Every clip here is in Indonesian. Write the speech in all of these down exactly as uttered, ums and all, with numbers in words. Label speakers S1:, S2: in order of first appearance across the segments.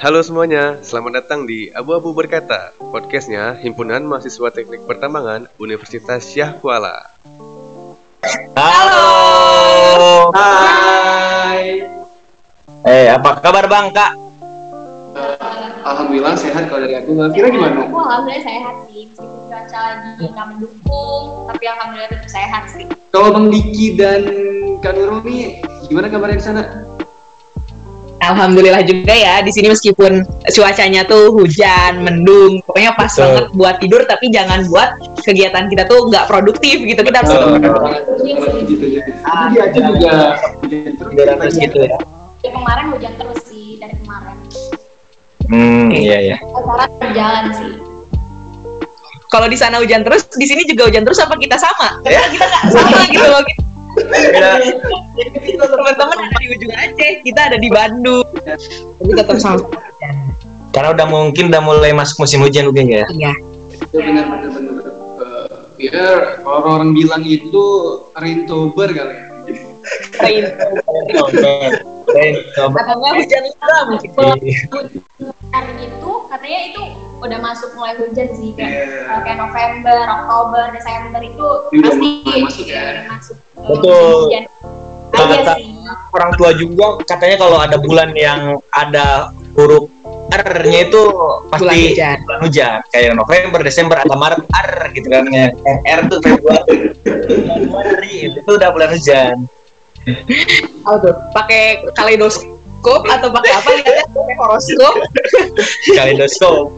S1: Halo semuanya, selamat datang di Abu-Abu Berkata, podcastnya Himpunan Mahasiswa Teknik Pertambangan Universitas Syah Kuala.
S2: Halo.
S3: Hai.
S2: Eh, apa kabar Bang, Kak?
S3: Uh, Alhamdulillah sehat kalau dari aku. Kira gimana?
S4: Aku alhamdulillah sehat sih, meskipun cuaca lagi nggak mendukung, tapi alhamdulillah tetap sehat sih.
S3: Kalau Bang Diki dan Kak Nurul nih, gimana kabarnya di sana?
S5: Alhamdulillah juga ya, di sini meskipun cuacanya tuh hujan, mendung, pokoknya pas
S2: Betul.
S5: banget buat tidur, tapi jangan buat kegiatan kita tuh nggak produktif gitu, kita harus
S3: Uh,
S4: Iya
S3: gitu ya.
S5: Ah,
S3: Jadi aja juga
S2: Tiduran terus gitu ya.
S4: Ya, kemarin hujan terus sih dari kemarin.
S2: Hmm, iya ya.
S4: Acara berjalan sih.
S5: kalau di sana hujan terus, di sini juga hujan terus, apa kita sama? Karena kita nggak sama gitu loh. Kita teman-teman ada di ujung Aceh, kita ada di Bandung, tapi tetap sama.
S2: Karena udah mungkin udah mulai masuk musim hujan mungkin ya.
S5: Iya.
S3: itu benar-benar benar. Uh, ya, kalau orang bilang itu Raintober kali ya.
S5: Rain,
S2: Rain, coba.
S5: katanya hujan lebat mungkin.
S4: Hari itu katanya itu udah masuk mulai hujan sih, kayak
S3: Iya.
S4: uh, kayak November, Oktober, Desember itu
S3: Ini udah
S4: pasti
S3: mulai masuk ya.
S4: udah masuk. uh,
S2: Betul.
S4: hujan. Aja
S2: Kata
S4: sih.
S2: orang tua juga katanya kalau ada bulan yang ada huruf R-nya itu pasti
S5: Bulan hujan.
S2: bulan hujan. Kayak November, Desember, atau Maret R gitu kan ya. R tuh Februari, Januari itu udah bulan hujan.
S5: Apa tuh? Pakai kaleidoskop atau pakai apa lihatnya? Pakai horoskop.
S2: Kaleidoskop.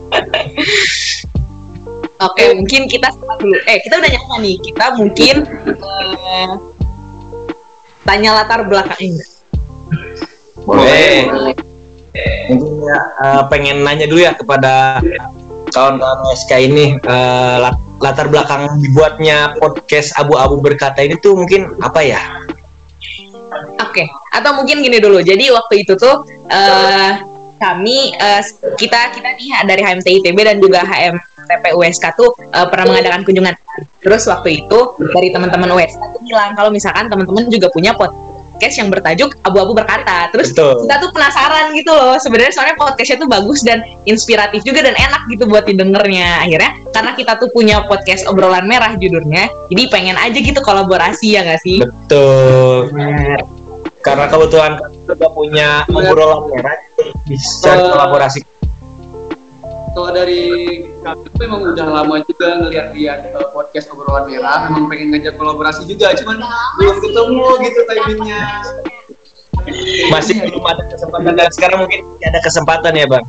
S5: Oke, mungkin kita start dulu. Eh, kita udah nyapa nih. Kita mungkin eh, tanya latar belakangnya.
S2: Boleh. Mungkin ya, eh, pengen nanya dulu ya kepada kawan-kawan S K ini, eh, lat- latar belakang dibuatnya podcast Abu-Abu Berkata ini tuh mungkin apa ya?
S5: Oke, atau mungkin gini dulu. Jadi waktu itu tuh eh, kami eh, kita kita nih dari H M T I T B dan juga H M T P U S K tuh eh, pernah mengadakan kunjungan. Terus waktu itu dari teman-teman U S K tuh bilang kalau misalkan teman-teman juga punya podcast yang bertajuk Abu-Abu Berkata. Terus
S2: Betul.
S5: kita tuh penasaran gitu loh. Sebenarnya soalnya podcastnya tuh bagus dan inspiratif juga dan enak gitu buat didengarnya. Akhirnya karena kita tuh punya podcast Obrolan Merah judulnya, jadi pengen aja gitu kolaborasi, ya nggak sih?
S2: Betul. Karena kebetulan kami juga punya obrolan merah, bisa
S3: Eh,
S2: kolaborasi.
S3: Kalau dari kami tuh memang udah lama juga ngeliat-liat uh, podcast Obrolan Merah, memang pengen ngajak kolaborasi juga, cuman
S4: Udah lama
S3: belum
S4: sih,
S3: ketemu
S4: ya.
S3: gitu timingnya.
S2: Masih belum ada kesempatan dan sekarang mungkin ada kesempatan ya Bang.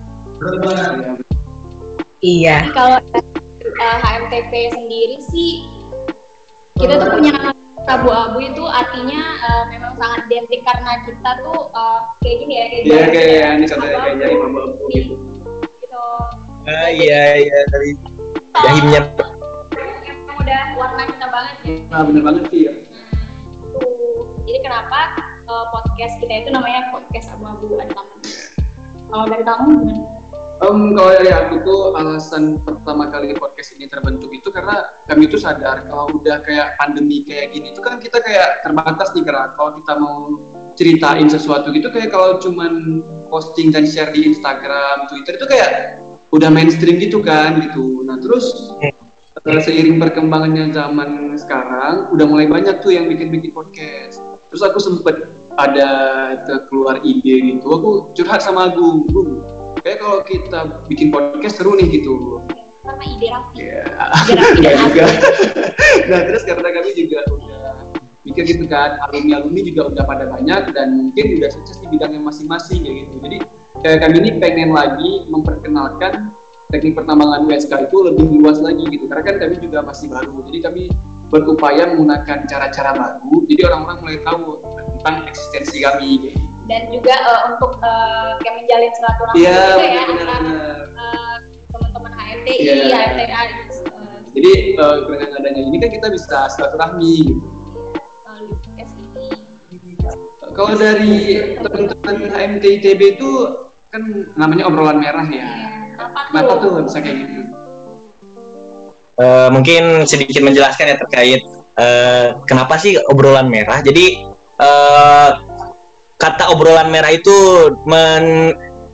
S5: Iya.
S4: Kalau uh, H M T P sendiri sih, kita tuh punya nama abu-abu itu artinya uh, memang sangat identik karena kita tuh uh, kayak gini ya, kayak
S3: Iya
S4: jarum
S3: kayak
S4: ya,
S3: ini contohnya kayak
S4: abu-abu.
S3: jadi abu-abu gitu.
S4: Gitu.
S2: Ah iya iya dari jahimnya.
S4: Emang udah warna kita banget ya.
S3: Nah bener banget sih ya.
S4: Tuh. Jadi kenapa uh, podcast kita itu namanya podcast abu-abu ada namanya. Kalau dari kamu gimana?
S3: Um, kalau dari aku tuh alasan pertama kali podcast ini terbentuk itu karena kami tuh sadar kalau udah kayak pandemi kayak gini itu kan kita kayak terbatas nih, karena kalau kita mau ceritain sesuatu gitu kayak kalau cuman posting dan share di Instagram, Twitter itu kayak udah mainstream gitu kan gitu. Nah terus uh, seiring perkembangannya zaman sekarang udah mulai banyak tuh yang bikin-bikin podcast. Terus aku sempet ada keluar ide gitu, aku curhat sama Agung, Gung, kayak kalau kita bikin podcast seru nih gitu.
S4: Karena ide Raffi.
S3: Iya.
S4: Ide Raffi
S3: Iya
S4: dan
S3: juga. Nah terus karena kami juga udah mikir gitu kan, alumni-alumni juga udah pada banyak dan mungkin udah sukses di bidangnya masing-masing kayak gitu. Jadi kayak kami ini pengen lagi memperkenalkan teknik pertambangan U S K itu lebih luas lagi gitu. Karena kan kami juga masih baru. Jadi kami berupaya menggunakan cara-cara baru. Jadi orang-orang mulai tahu tentang eksistensi kami kayak gitu.
S4: dan juga uh, untuk uh, kayak menjalin silaturahmi
S3: Iya,
S4: juga ya
S3: benar-benar.
S4: antara uh, teman-teman H M T I,
S3: Iya.
S4: H M T A gitu. Uh,
S3: Jadi uh, dengan adanya ini kan kita bisa silaturahmi gitu.
S4: melalui podcast ini.
S3: Kalau dari teman-teman H M T I T B itu kan namanya obrolan merah ya.
S4: Apa
S3: Kenapa
S4: tuh?
S3: tuh bisa kayak gitu?
S2: Eh, mungkin sedikit menjelaskan ya terkait eh, kenapa sih obrolan merah. Jadi eh, kata obrolan merah itu men,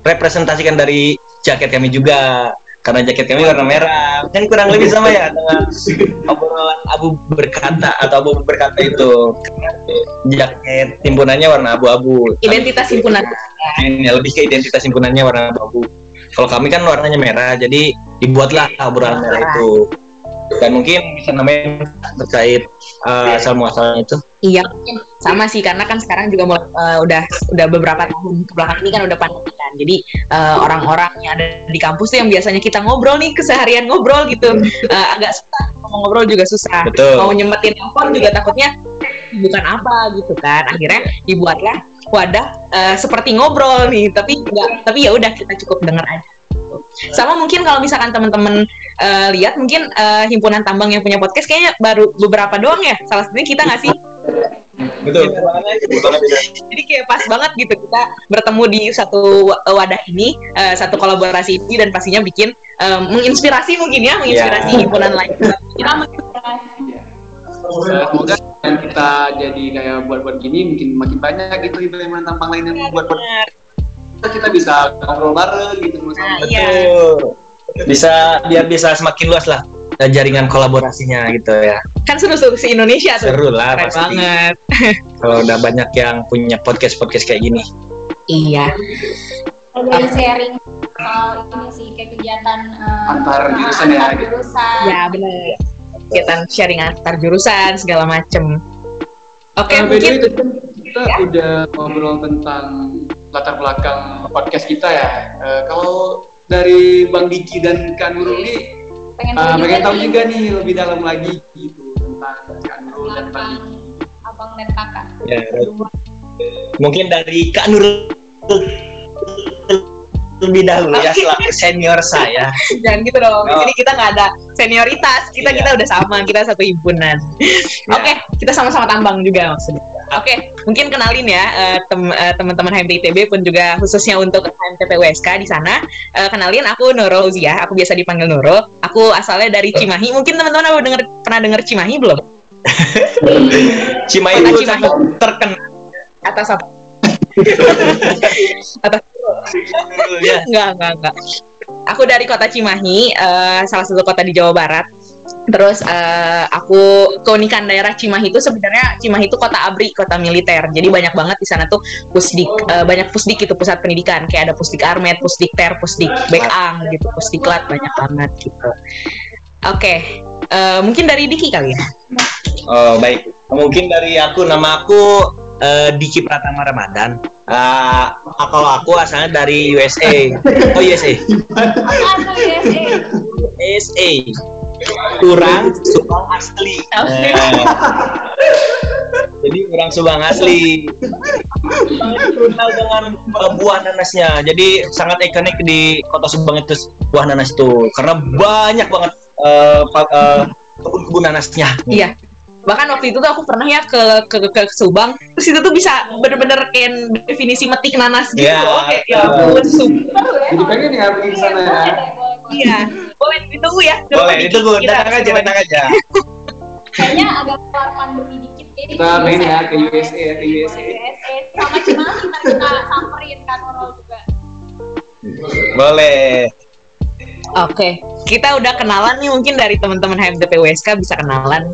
S2: representasikan dari jaket kami juga. Karena jaket kami warna merah, kan kurang lebih sama ya dengan obrolan Abu berkata atau Abu berkata itu. Jaket himpunannya warna abu-abu.
S5: Identitas himpunan.
S2: Ini lebih ke identitas himpunannya warna abu-abu. Kalau kami kan warnanya merah, jadi dibuatlah obrolan merah itu. Dan mungkin bisa namanya terkait uh, asal muasalnya itu.
S5: Iya, sama sih karena kan sekarang juga mulai, uh, udah udah beberapa tahun kebelakang ini kan udah pandemi kan. Jadi uh, orang-orang yang ada di kampus tuh yang biasanya kita ngobrol nih keseharian ngobrol gitu, uh, agak susah. Mau ngobrol juga susah.
S2: Betul.
S5: Mau nyempetin handphone juga takutnya bukan apa gitu kan. Akhirnya dibuatlah wadah uh, seperti ngobrol nih, tapi enggak, tapi ya udah kita cukup dengar aja. Sama mungkin kalau misalkan teman-teman uh, lihat mungkin uh, himpunan tambang yang punya podcast kayaknya baru beberapa doang ya. Salah satunya kita nggak sih?
S2: Betul.
S5: Jadi kayak pas banget gitu kita bertemu di satu wadah ini, uh, satu kolaborasi ini dan pastinya bikin uh, menginspirasi mungkin ya, menginspirasi yeah. himpunan lain. Kita menginspirasi.
S3: Semoga yang kita jadi kayak buat-buat gini mungkin makin banyak gitu himpunan tambang lain yang buat-buat. Kita bisa ngobrol bareng gitu
S5: Nah,
S3: sama.
S2: Betul. Bisa biar bisa semakin luas lah jaringan kolaborasinya gitu ya.
S5: Kan seru tuh si Indonesia tuh.
S2: Seru lah
S5: keren
S2: pasti.
S5: Banget.
S2: Kalau udah banyak yang punya podcast-podcast kayak gini.
S5: Iya.
S4: Dari sharing soal ini sih kayak kegiatan uh,
S3: antar jurusan ya.
S4: Antar jurusan.
S5: Ya benar. Kegiatan sharing antar jurusan segala macem. Oke,
S3: uh,
S5: mungkin
S3: itu kita ya? Udah ngobrol tentang latar belakang podcast kita ya. Uh, kalau dari Bang Diki dan Kak Nurul ini
S4: pengen,
S3: uh,
S4: juga
S3: pengen tahu
S4: nih,
S3: juga nih lebih dalam lagi gitu tentang Kak Nurul dan Bang Diki.
S4: Abang dan kakak.
S2: Ya, mungkin dari Kak Nurul lebih dahulu ya selaku senior saya.
S5: Jangan gitu dong. Di
S2: Oh.
S5: sini kita nggak ada senioritas. Kita
S2: Iya.
S5: kita udah sama. Kita satu himpunan.
S2: Ya.
S5: Oke, kita sama-sama tambang juga maksudnya. Oke, mungkin kenalin ya uh, tem- uh, teman-teman H M T I T B pun juga khususnya untuk H M T P U S K di sana. Uh, kenalin aku Nurul Uziah. Aku biasa dipanggil Nurul. Aku asalnya dari Cimahi. Mungkin teman-teman udah denger, pernah dengar Cimahi belum?
S2: Cimahi
S5: Kota
S2: itu
S5: Cimahi.
S2: terkenal.
S5: Atas apa? Atas
S2: Ya.
S5: Enggak, enggak, enggak. Aku dari kota Cimahi, uh, salah satu kota di Jawa Barat. Terus uh, aku keunikan daerah Cimahi itu sebenarnya Cimahi itu kota ABRI, kota militer. Jadi banyak banget di sana tuh pusdik, uh, banyak pusdik itu pusat pendidikan. Kayak ada pusdik Armet, pusdikter, pusdik Bekang gitu, pusdiklat banyak banget gitu. Oke, okay. uh, mungkin dari Diki kali ya.
S2: Oh baik, mungkin dari aku, nama aku uh, Diki Pratama Ramadan. Uh, kalau aku asalnya dari U S A. Oh U S A.
S4: Apa tuh ya sih?
S2: U S A. Kurang Subang asli.
S5: Okay.
S2: Uh, jadi kurang Subang asli. Terkenal dengan uh, buah nanasnya. Jadi sangat ikonik di kota Subang itu buah nanas itu karena banyak banget uh, uh, kebun-kebun nanasnya.
S5: Iya. Bahkan waktu itu tuh aku pernah ya ke ke, ke, ke Subang, terus itu tuh bisa bener-bener kayak definisi metik nanas gitu.
S2: Ya,
S5: Oke, ya ampun, Subang.
S3: Jadi pengen ya pergi ke sana ya.
S5: Iya, boleh ditunggu ya.
S2: Boleh, ditunggu. Datang aja, datang aja.
S4: Kayaknya agak kelar pandemi dikit ya.
S3: Kita main ya ke U S A ya, ke U S A.
S4: U S A sama Cimahi ntar kita samperin kan Nurul juga.
S2: Boleh.
S5: Oke, kita udah kenalan nih mungkin dari teman-teman H M T P U S K bisa kenalan.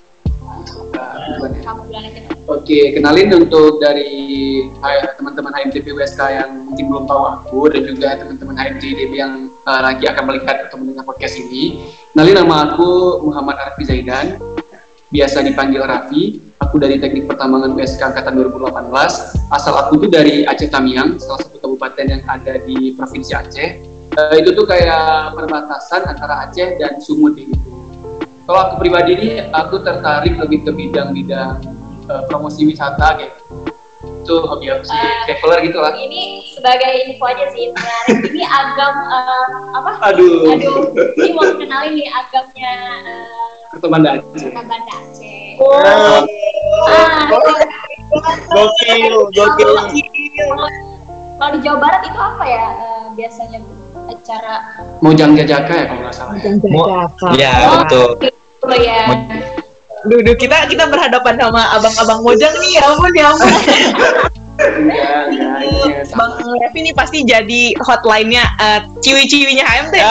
S4: Kamu bilang aja.
S3: Oke, kenalin untuk dari hai, teman-teman H M T P U S K yang mungkin belum tahu aku dan juga teman-teman H M T I T B yang uh, lagi akan melihat atau mendengar podcast ini. Kenalin, nama aku Muhammad Arfi Zaidan, biasa dipanggil Raffi. Aku dari Teknik Pertambangan U S K Angkatan dua ribu delapan belas. Asal aku tuh dari Aceh Tamiang, salah satu kabupaten yang ada di Provinsi Aceh. Uh, itu tuh kayak perbatasan antara Aceh dan Sumut gitu. Kalau aku pribadi ini, aku tertarik lebih ke bidang-bidang uh, promosi wisata gitu. Itu hobi aku sih,
S4: Uh,
S3: traveler gitu lah.
S4: Ini sebagai info aja sih, menarik. Ini agam uh, apa?
S3: Aduh.
S4: Aduh. Ini mau kenalin nih agamnya uh,
S3: Ke Banda Aceh.
S4: Kota Banda Aceh.
S2: Oh.
S4: Ah,
S2: Gokil, gokil.
S4: kalau di Jawa Barat itu apa ya uh, biasanya acara?
S3: Mojang Jajaka ya kalau nggak salah ya.
S2: Ya,
S4: Oh,
S2: betul.
S4: Oh ya.
S5: Duh, duh, kita kita berhadapan sama abang-abang Mojang nih, ya ampun, ya ampun.
S3: Enggak, enggak. Iya,
S5: Bang Revi ini pasti jadi hotline-nya uh, ciwi-ciwinya H M T.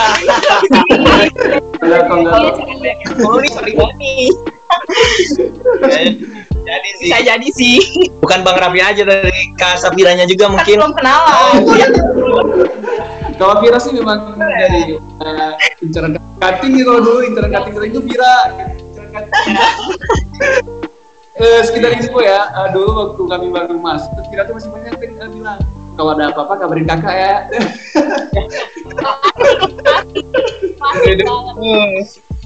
S3: Kalau enggak
S5: Oh, ini sorry banget nih.
S2: Jadi sih.
S5: Bisa jadi sih.
S2: Bukan Bang Raffi aja, dari Kak Safiranya juga
S5: Kan
S2: mungkin.
S5: belum kenalan.
S3: kalau Vira sih memang dari uh, inceran cutting nih kalau dulu inceran cutting itu Vira. Inceran cutting. Eh, sekitar info ya, uh, dulu waktu kami baru masuk, Vira tuh masih banyak yang uh, bilang kalau ada apa-apa kabarin kakak ya.
S4: Masih banget.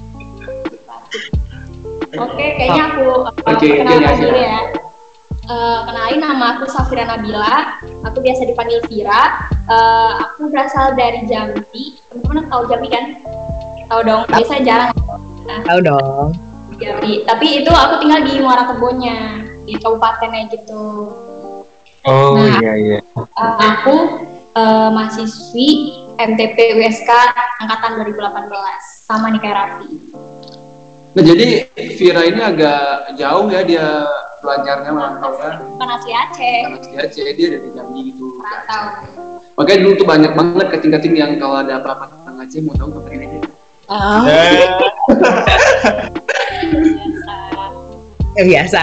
S4: Oke, kayaknya aku uh,
S3: Oke,
S4: kenalin
S3: oke,
S4: dulu
S3: oke.
S4: ya. Uh, kenalin, nama aku Safira Nabila. Aku biasa dipanggil Vira. Uh, aku berasal dari Jambi. Teman-teman tahu Jambi kan? Tahu dong. Biasanya jarang. Nah,
S5: Tahu dong.
S4: Jambi. Tapi itu aku tinggal di Muara Kebonya, di kabupatennya gitu.
S2: Oh
S4: Nah,
S2: iya iya.
S4: Uh, aku uh, mahasiswi M T P U S K angkatan dua ribu delapan belas. Sama nih kayak Raffi.
S3: Nah jadi Vira ini agak jauh ya dia belajarnya merantaunya.
S4: Bukan asli Aceh.
S3: Karena si Aceh dia dari Jambi gitu.
S4: Merantau.
S3: Makanya dulu tuh banyak banget kating-kating yang kalau ada apa-apa tentang Aceh mau tahu kabarin aja.
S5: Oh,
S2: Eh,
S4: Biasa.
S5: ya biasa.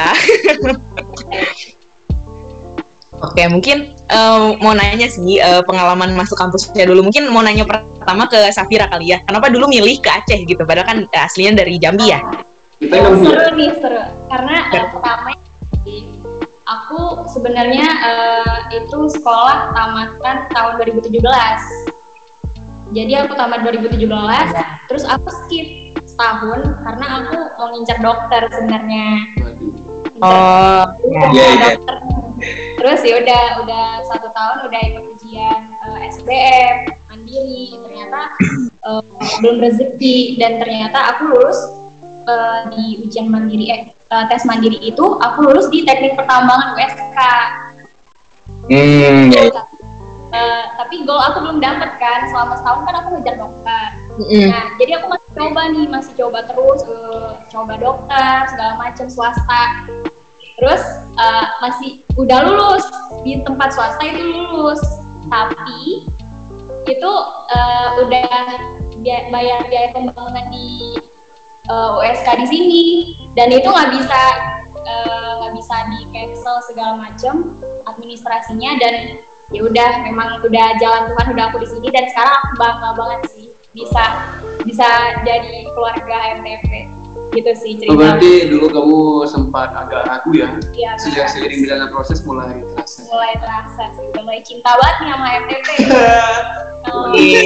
S5: Oke, mungkin um, mau nanya sih uh, pengalaman masuk kampusnya dulu. Mungkin mau nanya pertama ke Safira kali ya. Kenapa dulu milih ke Aceh gitu? Padahal kan uh, aslinya dari Jambi ya.
S3: Kita yang
S4: Seru nih, seru. Karena uh, pertama aku sebenarnya uh, itu sekolah tamatan tahun dua ribu tujuh belas. Jadi aku tamat dua ribu tujuh belas, terus aku skip setahun karena aku mau ngincar dokter sebenarnya.
S5: Oh,
S4: Ngincar
S2: iya, iya.
S4: dokter. Terus ya udah udah satu tahun udah ikut ujian uh, S B M mandiri, ternyata uh, belum rezeki dan ternyata aku lulus uh, di ujian mandiri eh uh, tes mandiri itu aku lulus di teknik pertambangan U S K.
S2: Hmm, ya.
S4: Uh, tapi goal aku belum dapet kan, selama setahun kan aku ngejar dokter.
S5: mm-mm.
S4: Nah jadi aku masih coba nih, masih coba terus uh, coba dokter segala macam swasta. Terus uh, masih udah lulus di tempat swasta itu lulus, tapi itu uh, udah bi- bayar biaya pembangunan di uh, U S K di sini dan itu nggak bisa nggak uh, bisa di cancel segala macam administrasinya dan ya udah memang udah jalan Tuhan udah aku di sini dan sekarang aku bangga banget sih bisa bisa jadi keluarga M T P. Gitu sih
S3: Oh,
S4: cerita.
S3: berarti dulu kamu sempat agak ragu ya?
S4: Iya,
S3: Sejak
S4: benar.
S3: seiring berjalannya proses mulai terasa.
S4: Mulai terasa sih, udah mulai cinta banget nih sama M T P. Oh,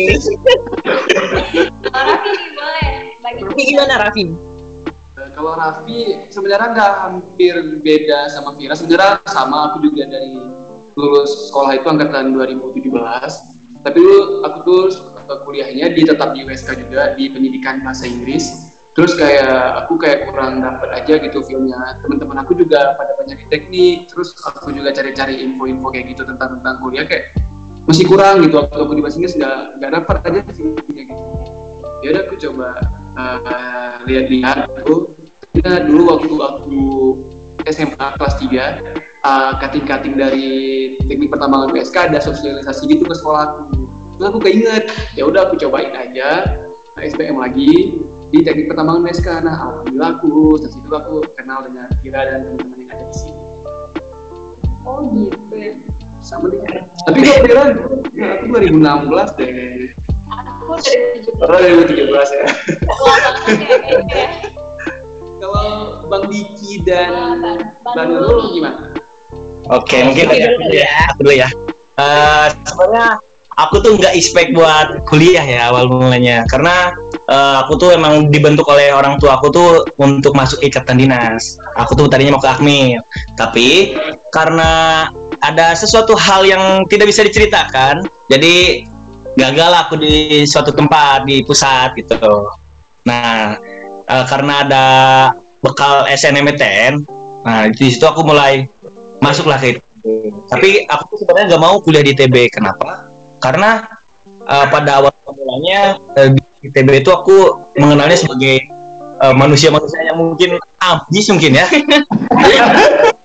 S4: Kalau Raffi nih boleh bagi
S5: Ini gimana Raffi?
S3: Eh, Kalau Raffi sebenarnya nggak hampir beda sama Vira. Sebenarnya sama, aku juga dari lulus sekolah itu angkatan dua ribu tujuh belas. Tapi dulu aku tuh eh, kuliahnya di tetap di U S K juga di pendidikan bahasa Inggris. Terus kayak aku kayak kurang dapet aja gitu feel-nya. Teman-teman aku juga pada banyak di teknik. Terus aku juga cari-cari info-info kayak gitu tentang tentang kuliah kayak masih kurang gitu. Waktu aku di bahasa Inggris nggak nggak dapet aja feel-nya gitu. Ya udah aku coba uh, lihat-lihat aku. Kita dulu waktu aku S M A kelas tiga, uh, kating-kating dari teknik pertambangan U S K ada sosialisasi gitu ke sekolah aku. Terus aku keinget, ya udah aku cobain aja S B M lagi di teknik pertambangan U S K. Nah, alhamdulillah aku dari situ aku kenal dengan Kira dan teman-teman yang ada di sini.
S4: Oh gitu ya.
S3: Sama deh. Tapi kok Kira, ya, aku dua ribu enam belas deh.
S4: Aku dari tujuh
S3: Oh,
S4: belas.
S3: dua ribu tujuh belas ya.
S4: Tua banget ya kayaknya.
S3: Kalau Bang Diki dan
S4: Ah, Bang- Bang
S3: Bang
S4: Nurul
S3: Nurul
S4: nih.
S3: gimana?
S2: Oke, mungkin
S5: Oke,
S2: dari
S5: dulu
S2: aku dulu ya.
S5: ya.
S2: Aku dulu ya. Eh, sebenarnya aku tuh nggak expect buat kuliah ya awal mulanya, karena eh, aku tuh emang dibentuk oleh orang tua aku tuh untuk masuk ikatan dinas. Aku tuh tadinya mau ke Akmil, tapi karena ada sesuatu hal yang tidak bisa diceritakan, jadi gagal aku di suatu tempat di pusat gitu. Nah, eh, karena ada bekal S N M T N, nah di situ aku mulai masuklah ke I T B. Tapi aku tuh sebenarnya nggak mau kuliah di I T B. Kenapa? Karena uh, pada awal mulanya uh, di I T B itu aku mengenalnya sebagai uh, manusia-manusia yang mungkin ambis mungkin ya.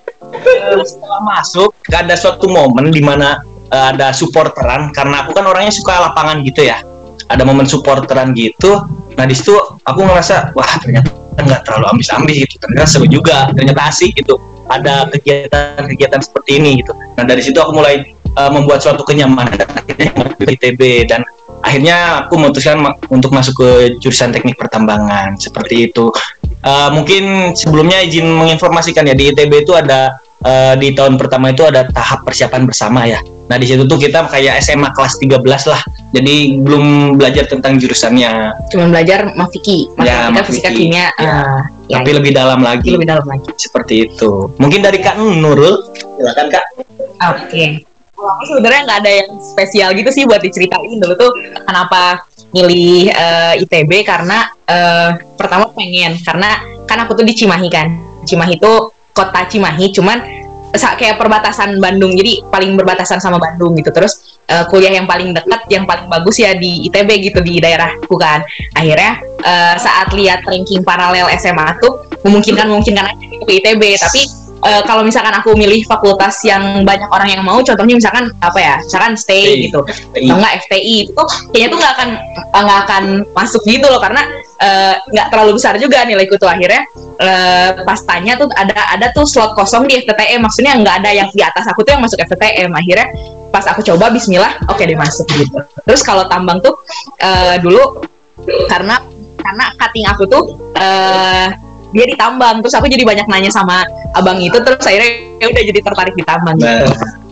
S2: setelah masuk gak ada suatu momen di mana uh, ada supporteran, karena aku kan orangnya suka lapangan gitu ya, ada momen supporteran gitu. Nah di situ aku ngerasa wah ternyata nggak terlalu ambis-ambis gitu, ternyata seru juga, ternyata asik gitu, ada kegiatan-kegiatan seperti ini gitu. Nah dari situ aku mulai uh, membuat suatu kenyamanan dan akhirnya masuk ke I T B, dan akhirnya aku memutuskan ma- untuk masuk ke jurusan teknik pertambangan seperti itu. Uh, mungkin sebelumnya izin menginformasikan ya, di I T B itu ada uh, di tahun pertama itu ada tahap persiapan bersama ya. Nah di situ tuh kita kayak S M A kelas tiga belas lah, jadi belum belajar tentang jurusannya.
S5: Cuman belajar mafiki,
S2: Ya,
S5: matematika, fisika,
S2: mafiki.
S5: kimia.
S2: Ya.
S5: ah, ya,
S2: Tapi lebih dalam lagi.
S5: lebih dalam lagi.
S2: Seperti itu. Mungkin dari Kak Nurul, silakan Kak.
S5: Oke. Kalau aku sebenarnya nggak ada yang spesial gitu sih buat diceritain dulu tuh kenapa milih uh, I T B, karena uh, pertama pengen, karena kan aku tuh di Cimahi kan. Cimahi itu kota Cimahi, cuman sa- kayak perbatasan Bandung, jadi paling berbatasan sama Bandung gitu. Terus uh, kuliah yang paling dekat, yang paling bagus ya di I T B gitu, di daerahku kan. Akhirnya uh, saat lihat ranking paralel S M A tuh memungkinkan memungkinkan aja ke I T B, tapi Uh, kalau misalkan aku milih fakultas yang banyak orang yang mau, contohnya misalkan apa ya, misalkan stay gitu, atau enggak F T I, itu tuh kayaknya tuh nggak akan nggak akan masuk gitu loh, karena nggak uh, terlalu besar juga nilaiku tuh. Akhirnya uh, pas tanya tuh ada ada tuh slot kosong di F T T M, maksudnya nggak ada yang di atas aku tuh yang masuk F T T M. Akhirnya pas aku coba, Bismillah, oke okay deh masuk gitu. Terus kalau tambang tuh uh, dulu karena karena cutting aku tuh uh, dia di tambang, terus aku jadi banyak nanya sama abang itu, terus akhirnya ya udah jadi tertarik di tambang gitu.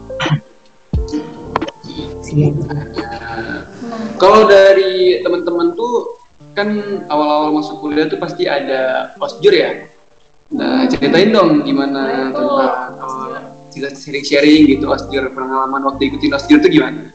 S3: Kalau dari teman-teman tuh kan awal-awal masuk kuliah tuh pasti ada osjur ya. Nah ceritain dong gimana tentang uh, cerita sharing-sharing gitu osjur, pengalaman waktu ikutin osjur tuh gimana?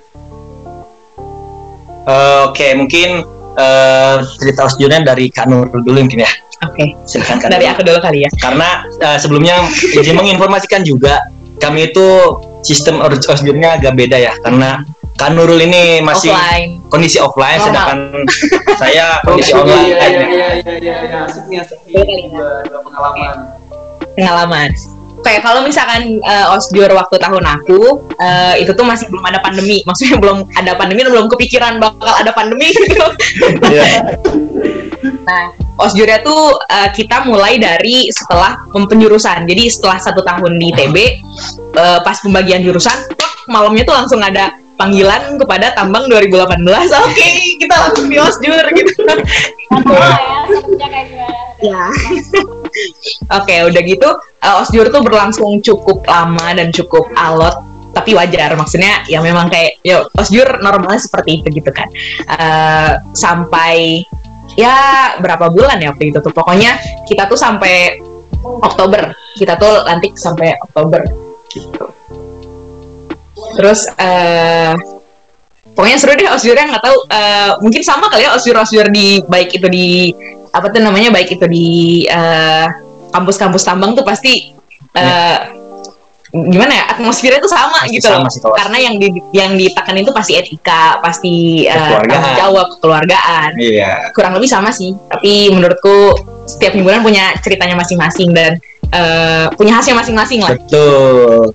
S2: Uh, Oke, okay, mungkin uh, cerita osjurnya dari Kak Nurul dulu mungkin ya.
S5: Oke, okay.
S2: Silakan Kak
S5: dari
S2: Nurul.
S5: aku dulu kali ya.
S2: Karena uh, sebelumnya izin menginformasikan juga, kami itu sistem osjurnya agak beda ya, karena Kak Nurul ini masih
S5: offline.
S2: Kondisi offline,
S5: Normal.
S2: Sedangkan saya kondisi
S3: oh,
S2: online.
S3: Iya iya iya iya iya iya, asik nih asik nih, dua, dua pengalaman.
S5: Pengalaman. Kayak kalau misalkan uh, osjur waktu tahun aku, uh, itu tuh masih belum ada pandemi. Maksudnya belum ada pandemi, belum kepikiran bakal ada pandemi gitu.
S2: Yeah.
S5: Nah, osjurnya tuh uh, kita mulai dari setelah penjurusan. Jadi setelah satu tahun di I T B, uh, pas pembagian jurusan, malamnya tuh langsung ada panggilan kepada tambang dua ribu delapan belas. Oke, okay, kita langsung di osjur gitu.
S4: Tua ya, sepertinya kayak gimana?
S5: Ya. Oke, okay, udah gitu uh, osjur tuh berlangsung cukup lama dan cukup alot, tapi wajar, maksudnya ya memang kayak yo osjur normalnya seperti itu gitu kan. Uh, sampai ya berapa bulan ya waktu itu tuh, pokoknya kita tuh sampai Oktober, kita tuh lantik sampai Oktober gitu. Terus uh, pokoknya seru deh osjurnya, nggak tahu uh, mungkin sama kali ya osjur-osjur di baik itu di apa tuh namanya, baik itu di uh, kampus-kampus tambang tuh pasti uh, gimana ya, atmosfernya tuh sama pasti gitu sama loh, sih, karena yang di yang ditekan itu pasti etika, pasti uh, tanggung jawab, kekeluargaan.
S2: Iya.
S5: Kurang lebih sama sih, tapi menurutku setiap himpunan punya ceritanya masing-masing dan uh, punya khasnya masing-masing lah.
S2: Betul.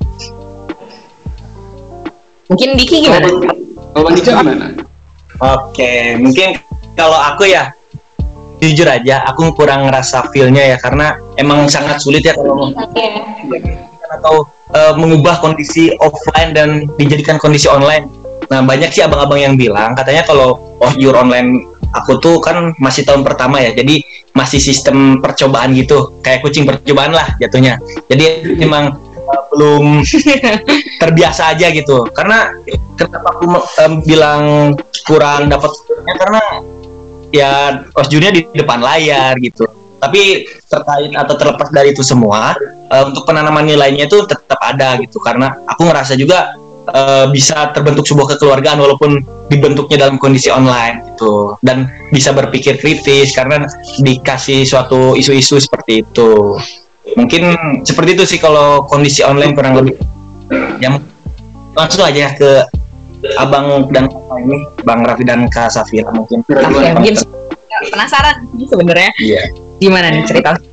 S5: Mungkin Diki gimana?
S3: Kalau Bang Diki gimana?
S2: Oke, mungkin kalau aku ya jujur aja, aku kurang ngerasa feel-nya ya, karena emang sangat sulit ya kalau atau uh, mengubah kondisi offline dan dijadikan kondisi online. Nah banyak sih abang-abang yang bilang katanya kalau osjur online aku tuh kan masih tahun pertama ya, jadi masih sistem percobaan gitu, kayak kucing percobaan lah jatuhnya. Jadi memang uh, belum terbiasa aja gitu. Karena kenapa aku um, bilang kurang dapat, karena ya osjurnya di depan layar gitu. Tapi terkait atau terlepas dari itu semua, uh, untuk penanaman nilainya itu tetap ada gitu, karena aku ngerasa juga uh, bisa terbentuk sebuah kekeluargaan walaupun dibentuknya dalam kondisi online gitu, dan bisa berpikir kritis karena dikasih suatu isu-isu seperti itu. Mungkin seperti itu sih kalau kondisi online kurang lebih. Ya langsung aja ke Abang dan Kak ini, Bang Raffi dan Kak Safira mungkin.
S5: Oke, mungkin penasaran sih sebenarnya.
S2: Iya.
S5: Gimana nih cerita?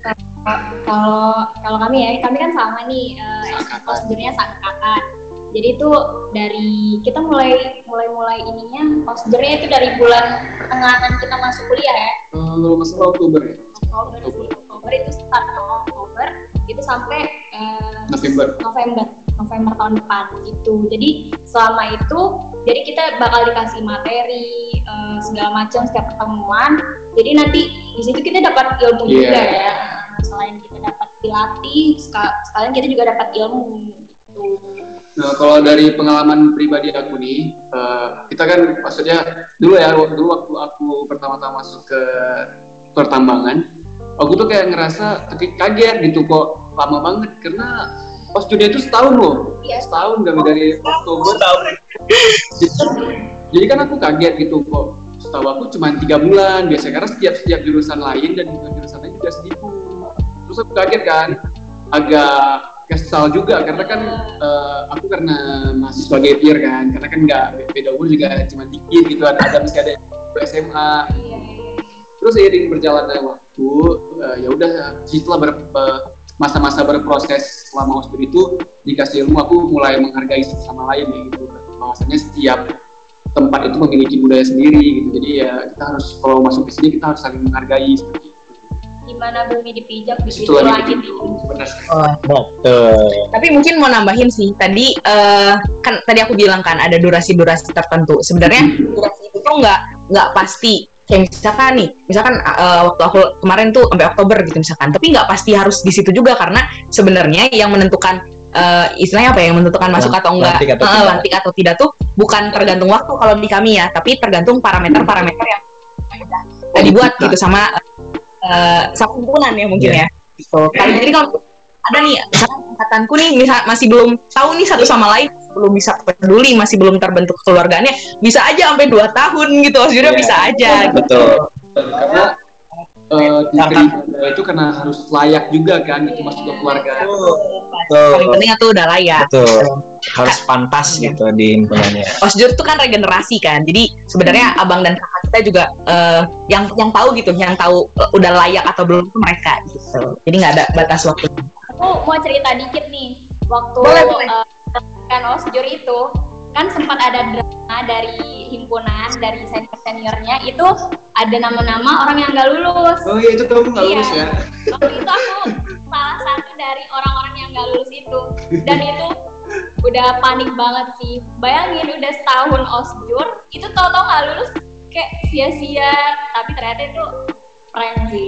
S4: Kalau kalau kami ya, kami kan sama nih, uh, prosedurnya seangkatan. Jadi itu dari kita mulai mulai mulai ininya prosedurnya itu dari bulan pertengahan kita masuk kuliah ya.
S3: Kalau masalah Oktober ya.
S4: Oktober, Oktober. Oktober itu start Oktober itu sampai uh,
S3: November.
S4: November November tahun depan gitu. Jadi selama itu jadi kita bakal dikasih materi uh, segala macam setiap pertemuan. Jadi nanti di situ kita dapat ilmu yeah. juga ya. Selain kita dapat dilatih, sekalian kita juga dapat ilmu gitu.
S3: Nah, kalau dari pengalaman pribadi aku nih, uh, kita kan maksudnya dulu ya, dulu waktu aku pertama-tama masuk ke pertambangan, aku tuh kayak ngerasa kaget gitu kok lama banget karena prosedurnya itu setahun loh,
S4: iya.
S3: setahun dari dari Oktober. Setahun. Jadi kan aku kaget gitu kok, setahu aku cuma tiga bulan biasa karena setiap setiap jurusan lain dan jurusan lain juga segitu. Terus aku kaget kan, agak kesal juga karena kan uh, aku karena mahasiswa gap year kan, karena kan nggak beda umur juga cuma dikit gitu, ada ada masih ada S M A. Terus seiring berjalannya waktu, uh, ya udah setelah ber, uh, masa-masa berproses selama ospir itu dikasih ilmu, aku mulai menghargai satu sama lain ya gitu. Bahwasanya setiap tempat itu memiliki budaya sendiri gitu. Jadi ya kita harus kalau masuk ke sini kita harus saling menghargai seperti itu.
S4: Gimana bumi dipijak di situ lagi di
S3: benar.
S2: Oh, betul.
S5: Tapi mungkin mau nambahin sih tadi uh, kan tadi aku bilang kan ada durasi-durasi tertentu. Sebenarnya durasi itu tuh nggak nggak pasti. Kayak misalkan nih, misalkan uh, waktu aku kemarin tuh sampai Oktober gitu misalkan. Tapi nggak pasti harus di situ juga karena sebenarnya yang menentukan uh, istilahnya apa ya, yang menentukan masuk atau enggak, lantik atau, uh, lantik atau tidak tuh bukan tergantung waktu kalau di kami ya, tapi tergantung parameter-parameter yang udah dibuat gitu sama Uh, himpunan ya mungkin yeah. ya. So, kalau jadi kalau ada nih, misalkan angkatanku nih misal, masih belum tahu nih satu sama lain, belum bisa peduli, masih belum terbentuk keluarganya, bisa aja sampai dua tahun gitu, maksudnya yeah. bisa aja.
S2: Betul.
S3: Gitu. Karena uh, diterima itu karena harus layak juga kan, itu masuk ke keluarga.
S2: Betul.
S5: Paling penting itu udah layak.
S2: Betul. Harus pantas gitu di himpunannya.
S5: Osjur itu kan regenerasi kan, jadi sebenarnya hmm. abang dan kakak kita juga uh, yang yang tahu gitu, yang tahu uh, udah layak atau belum itu mereka gitu. Jadi nggak ada batas waktu.
S4: Aku mau cerita dikit nih, waktu
S5: boleh, boleh.
S4: Uh, kan osjur itu kan sempat ada drama dari himpunan, dari senior seniornya itu ada nama-nama orang yang nggak lulus.
S3: Oh iya, itu kamu nggak lulus
S4: iya.
S3: ya?
S4: Waktu itu aku salah satu dari orang-orang yang nggak lulus itu, dan itu udah panik banget sih. Bayangin udah setahun osjur, itu tau-tau nggak lulus, kayak sia-sia. Tapi ternyata itu prank sih.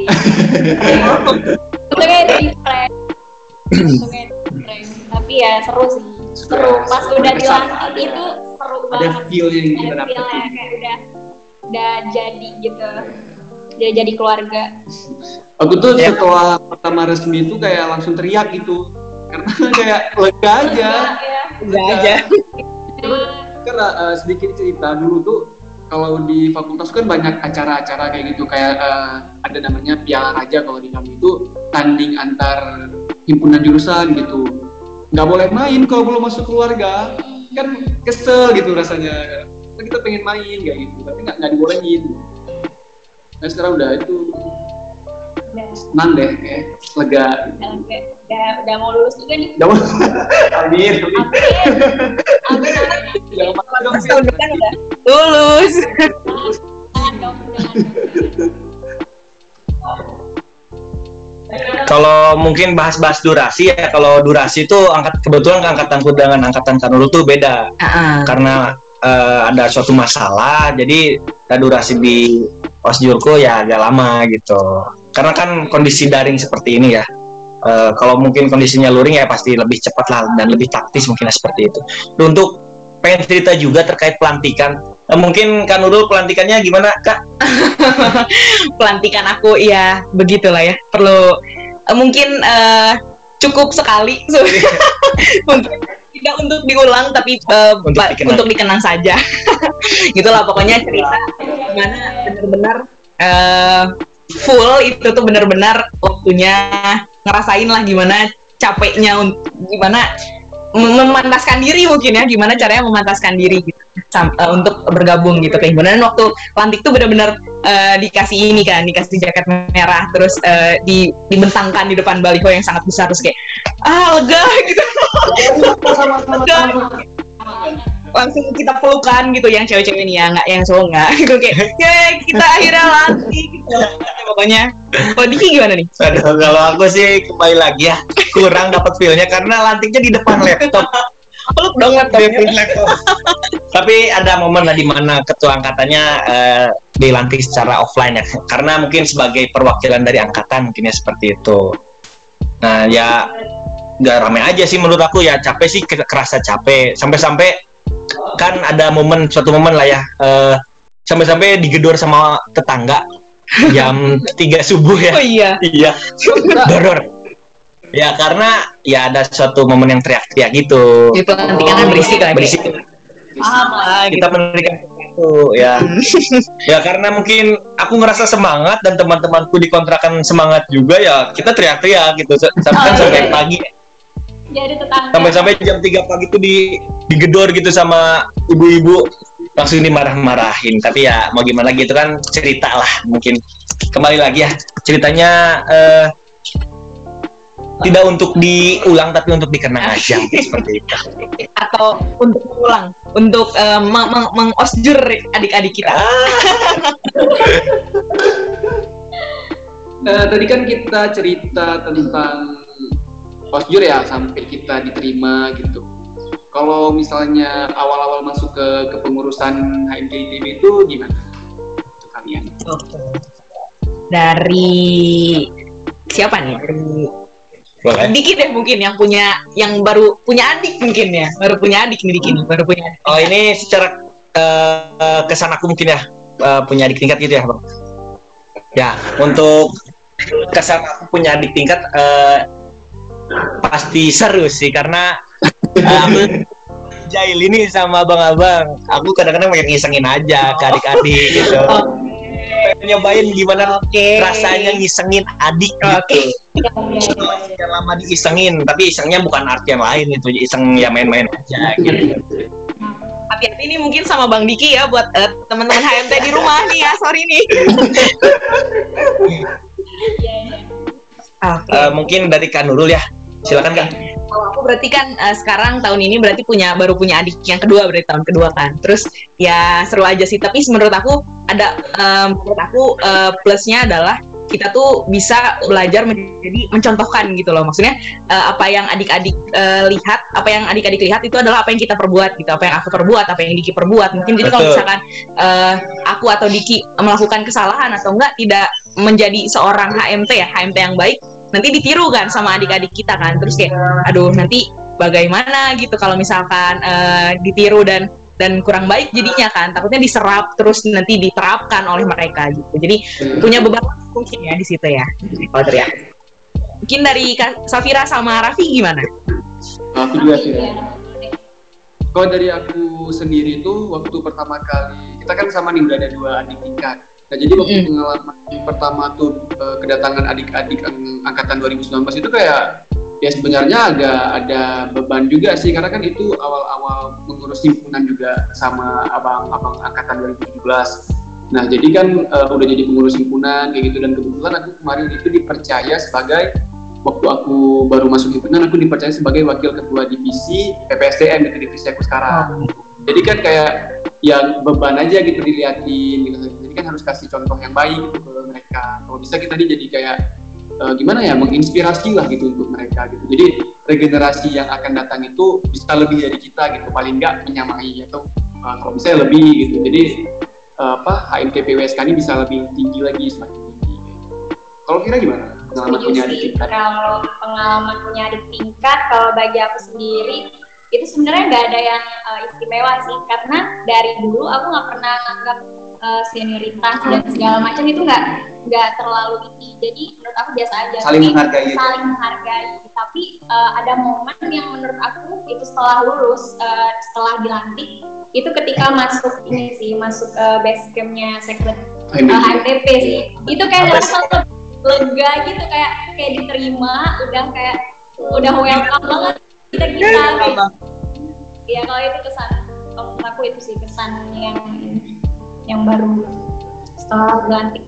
S4: Untungnya itu di prank. Untungnya itu di prank. Tapi ya seru sih. Seru. Pas udah dilantik itu seru banget.
S3: Ada feel yang kita
S4: dapat.
S3: dapetin.
S4: Kayak udah udah jadi gitu. Udah jadi keluarga.
S3: Aku tuh ya. Setelah pertama resmi itu kayak langsung teriak gitu. Karena kayak lega aja.
S5: Lega aja.
S3: Karena uh, sedikit cerita dulu tuh, kalau di fakultas kan banyak acara-acara kayak gitu, kayak uh, ada namanya Piala Raja kalau di kami itu tanding antar himpunan jurusan gitu. Nggak boleh main kalau belum masuk keluarga, kan kesel gitu rasanya. Nah, kita pengen main kayak gitu, tapi nggak nggak dibolehin. Nah sekarang udah itu senang deh, kayak lega.
S4: Udah, udah, udah mau lulus juga nih.
S3: Udah mau. Amin.
S4: Amin. Amin.
S3: Jangan malah dong.
S5: Tahun depan udah lulus.
S4: Jangan dong, jangan dong.
S2: Kalau mungkin bahas-bahas durasi ya, kalau durasi itu angkat kebetulan angkatanku dengan angkatan Kanurul tuh beda. Uh-uh. Karena uh, ada suatu masalah, jadi durasi di osjurku ya agak lama gitu. Karena kan kondisi daring seperti ini ya. Uh, kalau mungkin kondisinya luring ya pasti lebih cepat lah dan lebih taktis mungkin seperti itu. Dan untuk pengen cerita juga terkait pelantikan. Uh, mungkin Kak Nurul pelantikannya gimana Kak?
S5: Pelantikan aku ya begitulah ya. Perlu uh, mungkin uh, cukup sekali. Mungkin tidak untuk diulang tapi uh, untuk, ba- dikenang. untuk dikenang saja. Gitulah pokoknya cerita gimana benar-benar uh, full itu tuh benar-benar waktunya ngerasain lah gimana capeknya, gimana memantaskan diri mungkin ya, gimana caranya memantaskan diri gitu sam- uh, untuk bergabung gitu ke himpunan. Waktu lantik tuh benar-benar uh, dikasih ini kan, dikasih jaket merah, terus uh, di, dibentangkan di depan baliho yang sangat besar, terus kayak ah lega gitu. Lega. Langsung kita pelukan gitu, yang cewek-cewek nih ya, nggak yang cowok nggak gitu, kayak ya kita akhirnya lantik gitu. Pokoknya kalau Diki gimana nih?
S2: Aduh, kalau aku sih kembali lagi ya kurang dapat feel-nya karena lantiknya di depan laptop.
S5: Peluk dong laptopnya.
S2: Tapi ada momen lah di mana ketua angkatannya uh, dilantik secara offline ya, karena mungkin sebagai perwakilan dari angkatan mungkinnya seperti itu. Nah ya nggak rame aja sih menurut aku ya, capek sih, kerasa capek sampai-sampai kan ada momen, suatu momen lah ya, uh, sampai-sampai digedor sama tetangga jam tiga subuh ya.
S5: Oh iya.
S2: Iya. Doror. Ya karena ya ada suatu momen yang teriak-teriak gitu.
S5: Itu nanti kan berisik lagi.
S2: Berisik.
S5: Paham lah.
S2: Kita menerikan itu ya. Ya karena mungkin aku ngerasa semangat dan teman-temanku di kontrakan semangat juga ya, kita teriak-teriak gitu sampai
S4: Oh, iya.
S2: sampai pagi.
S4: Jadi tetangga.
S2: Sampai-sampai jam tiga pagi itu di digedor gitu sama ibu-ibu, langsung dimarah-marahin. Tapi ya mau gimana lagi, itu kan cerita lah. Mungkin kembali lagi ya, ceritanya eh, tidak untuk diulang tapi untuk dikenang aja seperti itu.
S5: Atau untuk mengulang, untuk uh, meng- meng- mengosjur adik-adik kita.
S3: Uh, tadi kan kita cerita tentang osjur ya sampai kita diterima gitu. Kalau misalnya awal-awal masuk ke kepengurusan H M T I T B itu gimana untuk kalian?
S5: Dari siapa nih? Dari
S2: Boleh.
S5: Diki deh mungkin, yang punya, yang baru punya adik mungkin ya, baru punya adik nih Diki nih, baru punya adik.
S2: Oh ini secara uh, kesan aku mungkin ya, uh, punya adik tingkat gitu ya Bang. Ya untuk kesan aku punya adik tingkat uh, pasti seru sih, karena uh, aku jahil ini sama abang-abang. Aku kadang-kadang pengen ngisengin aja ke adik-adik gitu. Pengen nyobain gimana
S5: Oke.
S2: rasanya ngisengin adik
S5: Oke.
S2: gitu. Yang lama diisengin, tapi isengnya bukan arti yang lain, itu iseng ya main-main aja gitu.
S5: Hati-hati nih mungkin sama Bang Diki ya, buat uh, teman-teman H M T di rumah nih ya, sorry nih.
S4: Iya, iya.
S5: Oke.
S2: Uh, mungkin dari Kak Nurul ya, silakan Kak.
S5: Kalau aku berarti kan uh, sekarang tahun ini berarti punya baru punya adik yang kedua, berarti tahun kedua kan. Terus ya seru aja sih. Tapi menurut aku ada um, menurut aku uh, plusnya adalah kita tuh bisa belajar menjadi mencontohkan gitu loh. Maksudnya uh, apa yang adik-adik uh, lihat, apa yang adik-adik lihat itu adalah apa yang kita perbuat gitu. Apa yang aku perbuat, apa yang Diki perbuat. Mungkin jadi kalau misalkan uh, aku atau Diki melakukan kesalahan atau enggak tidak menjadi seorang H M T ya, H M T yang baik, nanti ditiru kan sama adik-adik kita kan. Terus kayak aduh nanti bagaimana gitu kalau misalkan uh, ditiru dan dan kurang baik jadinya kan, takutnya diserap terus nanti diterapkan oleh mereka gitu. Jadi punya beban mungkin ya di situ ya. Kalau teriak. Mungkin dari Kak Safira sama Raffi gimana?
S3: Aku juga sih. Kalau dari aku sendiri itu waktu pertama kali kita kan sama nih udah ada dua adik tingkat. Nah jadi waktu
S5: Mm.
S3: pengalaman pertama tuh eh, kedatangan adik-adik ang- angkatan dua ribu sembilan belas itu kayak ya sebenarnya agak ada beban juga sih, karena kan itu awal-awal mengurus himpunan juga sama abang-abang angkatan dua ribu tujuh belas. Nah jadi kan uh, udah jadi pengurus himpunan kayak gitu, dan kebetulan aku kemarin itu dipercaya sebagai, waktu aku baru masuk himpunan aku dipercaya sebagai wakil ketua divisi P P S D M di divisi aku sekarang. Jadi kan kayak yang beban aja gitu diliatin gitu. Jadi kan harus kasih contoh yang baik gitu ke mereka. Kalau bisa kita nih jadi kayak Uh, gimana ya, menginspirasi lah gitu untuk mereka gitu. Jadi regenerasi yang akan datang itu bisa lebih dari kita gitu, paling nggak menyamai atau uh, kalau bisa lebih gitu. Jadi uh, apa H M T P W S K ini bisa lebih tinggi lagi, semakin tinggi. Kalau kira gimana pengalaman
S4: Setuju
S3: punya adik
S4: sih.
S3: tingkat?
S4: Kalau pengalaman punya adik tingkat, kalau bagi aku sendiri itu sebenarnya nggak ada yang uh, istimewa sih, karena dari dulu aku nggak pernah nganggap uh, senioritas dan segala macam itu nggak nggak terlalu ini. Jadi menurut aku biasa aja.
S3: Saling
S4: Tapi
S3: menghargai.
S4: Saling menghargai. Tapi uh, ada momen yang menurut aku itu setelah lulus, uh, setelah dilantik, itu ketika masuk ini sih, masuk uh, base campnya Secret uh, H M T P sih. Itu kayak langsung lega gitu, kayak kayak diterima, udah kayak udah welcome banget kita kita ya kalau itu kesan kalau menurut aku itu sih kesan yang yang baru setelah berlantik.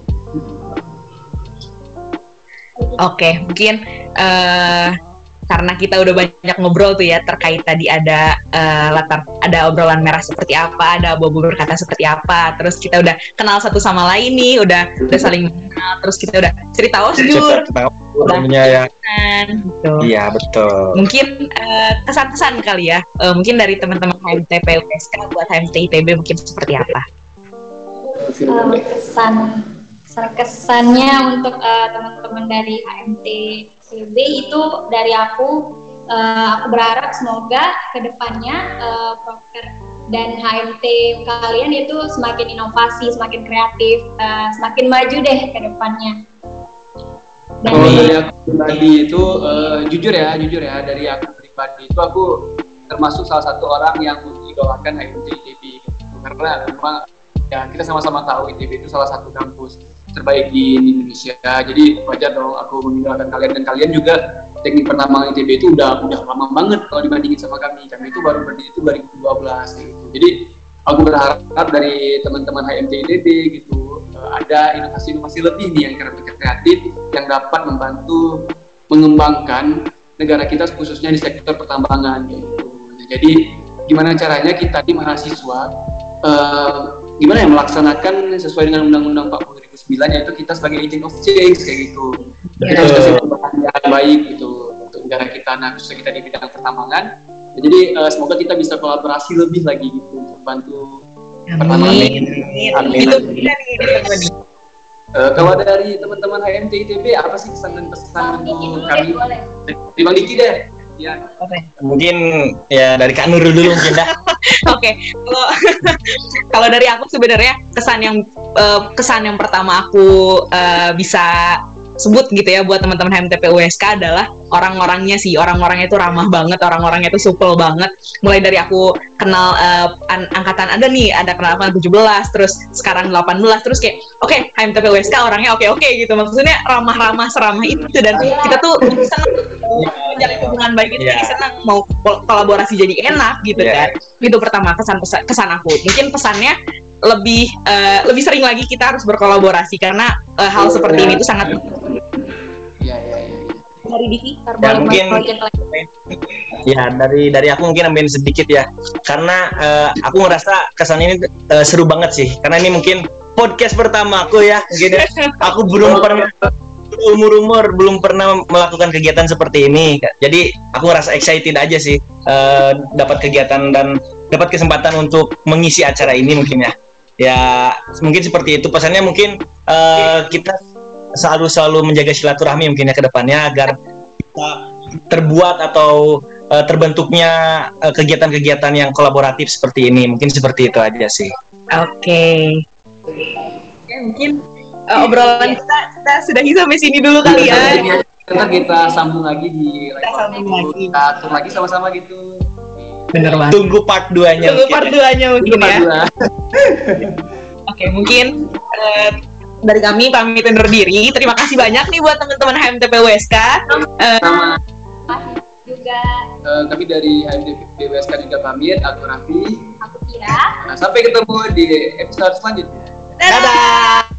S5: Oke, mungkin uh, karena kita udah banyak ngobrol tuh ya terkait tadi ada uh, latar, ada obrolan merah seperti apa, ada abu-abu berkata seperti apa, terus kita udah kenal satu sama lain nih, udah udah saling kenal, terus kita udah cerita osjur,
S2: namanya ya.
S5: Gitu.
S2: Iya betul.
S5: Mungkin uh, kesan-kesan kali ya, uh, mungkin dari teman-teman H M T P U S K buat H M T I T B mungkin seperti apa?
S4: Uh, kesan kesannya untuk uh, teman-teman dari H M T I T B itu dari aku, uh, aku berharap semoga kedepannya uh, proker dan H M T kalian itu semakin inovasi, semakin kreatif, uh, semakin maju deh ke depannya.
S3: Dan kalau dari aku pribadi itu uh, jujur ya, jujur ya dari aku pribadi itu aku termasuk salah satu orang yang mengidolakan H M T I T B gitu. Karena memang ya kita sama-sama tahu I T B itu salah satu kampus terbaik di Indonesia. Jadi wajar dong aku mengidolakan kalian, dan kalian juga teknik pertambangan I T B itu udah udah lama banget kalau dibandingin sama kami. Kami itu baru berdiri itu dua ribu dua belas gitu. Jadi aku berharap dari teman-teman H M T I T B gitu ada inovasi-inovasi lebih nih yang kreatif yang dapat membantu mengembangkan negara kita khususnya di sektor pertambangan gitu. Nah, jadi gimana caranya kita di mahasiswa uh, gimana ya melaksanakan sesuai dengan Undang-Undang empat puluh dua ribu sembilan, yaitu kita sebagai agent of change kayak gitu. Kita harus kasih perubahan yang baik gitu untuk negara kita, nah khususnya kita di bidang pertambangan. Nah, jadi uh, semoga kita bisa kolaborasi lebih lagi gitu untuk bantu pertambangan.
S5: Amin. Amin. Itu
S3: Uh, kalau dari teman-teman H M T I T B apa sih kesan dan pesan untuk kami? Dari Bang Diki deh. Ya.
S5: Okay.
S2: Mungkin ya dari Kak Nurul dulu mungkin dah.
S5: Oke, kalau kalau dari aku sebenarnya kesan yang uh, kesan yang pertama aku uh, bisa sebut gitu ya buat teman-teman H M T P U S K adalah orang-orangnya sih, orang-orangnya itu ramah banget, orang-orangnya itu supel banget. Mulai dari aku kenal uh, an- angkatan ada nih, ada kenal angkatan tujuh belas, terus sekarang delapan belas, terus kayak oke okay, H M T P U S K orangnya oke-oke gitu, maksudnya ramah-ramah seramah itu, dan kita tuh senang menjalin hubungan baik itu, yeah. Jadi senang mau kol- kolaborasi jadi enak gitu yeah. Kan. Itu pertama kesan kesan aku. Mungkin pesannya lebih uh, lebih sering lagi kita harus berkolaborasi karena uh, hal seperti ini itu sangat.
S3: Iya iya iya.
S4: Dari Diki,
S2: ya, mungkin ya dari dari aku mungkin nambahin sedikit ya, karena uh, aku ngerasa kesan ini uh, seru banget sih, karena ini mungkin podcast pertama aku ya, mungkin aku belum pernah umur-umur belum pernah melakukan kegiatan seperti ini, jadi aku ngerasa excited aja sih uh, dapat kegiatan dan dapat kesempatan untuk mengisi acara ini mungkin ya. Ya mungkin seperti itu pesannya, mungkin uh, kita selalu-selalu menjaga silaturahmi mungkin ya ke depannya agar kita terbuat atau uh, terbentuknya uh, kegiatan-kegiatan yang kolaboratif seperti ini. Mungkin seperti itu aja sih.
S5: Oke. Okay. Oke, mungkin uh, obrolan kita, kita sudahi sampai sini dulu kali ya.
S3: Nanti kita sambung lagi di
S5: kita sambung lagi.
S3: Kita atur lagi sama-sama gitu.
S5: Bener banget.
S2: Tunggu part dua-nya.
S5: Tunggu part dua-nya mungkin
S3: Tunggu
S5: ya. Oke, okay, mungkin uh, dari kami pamit undur diri. Terima kasih banyak nih buat teman-teman H M T P U S K. Uh,
S3: Sama
S4: juga.
S3: Uh, kami dari H M T P U S K juga pamit. Aku Raffi.
S4: Aku Kira.
S3: Nah, sampai ketemu di episode selanjutnya.
S5: Dadah.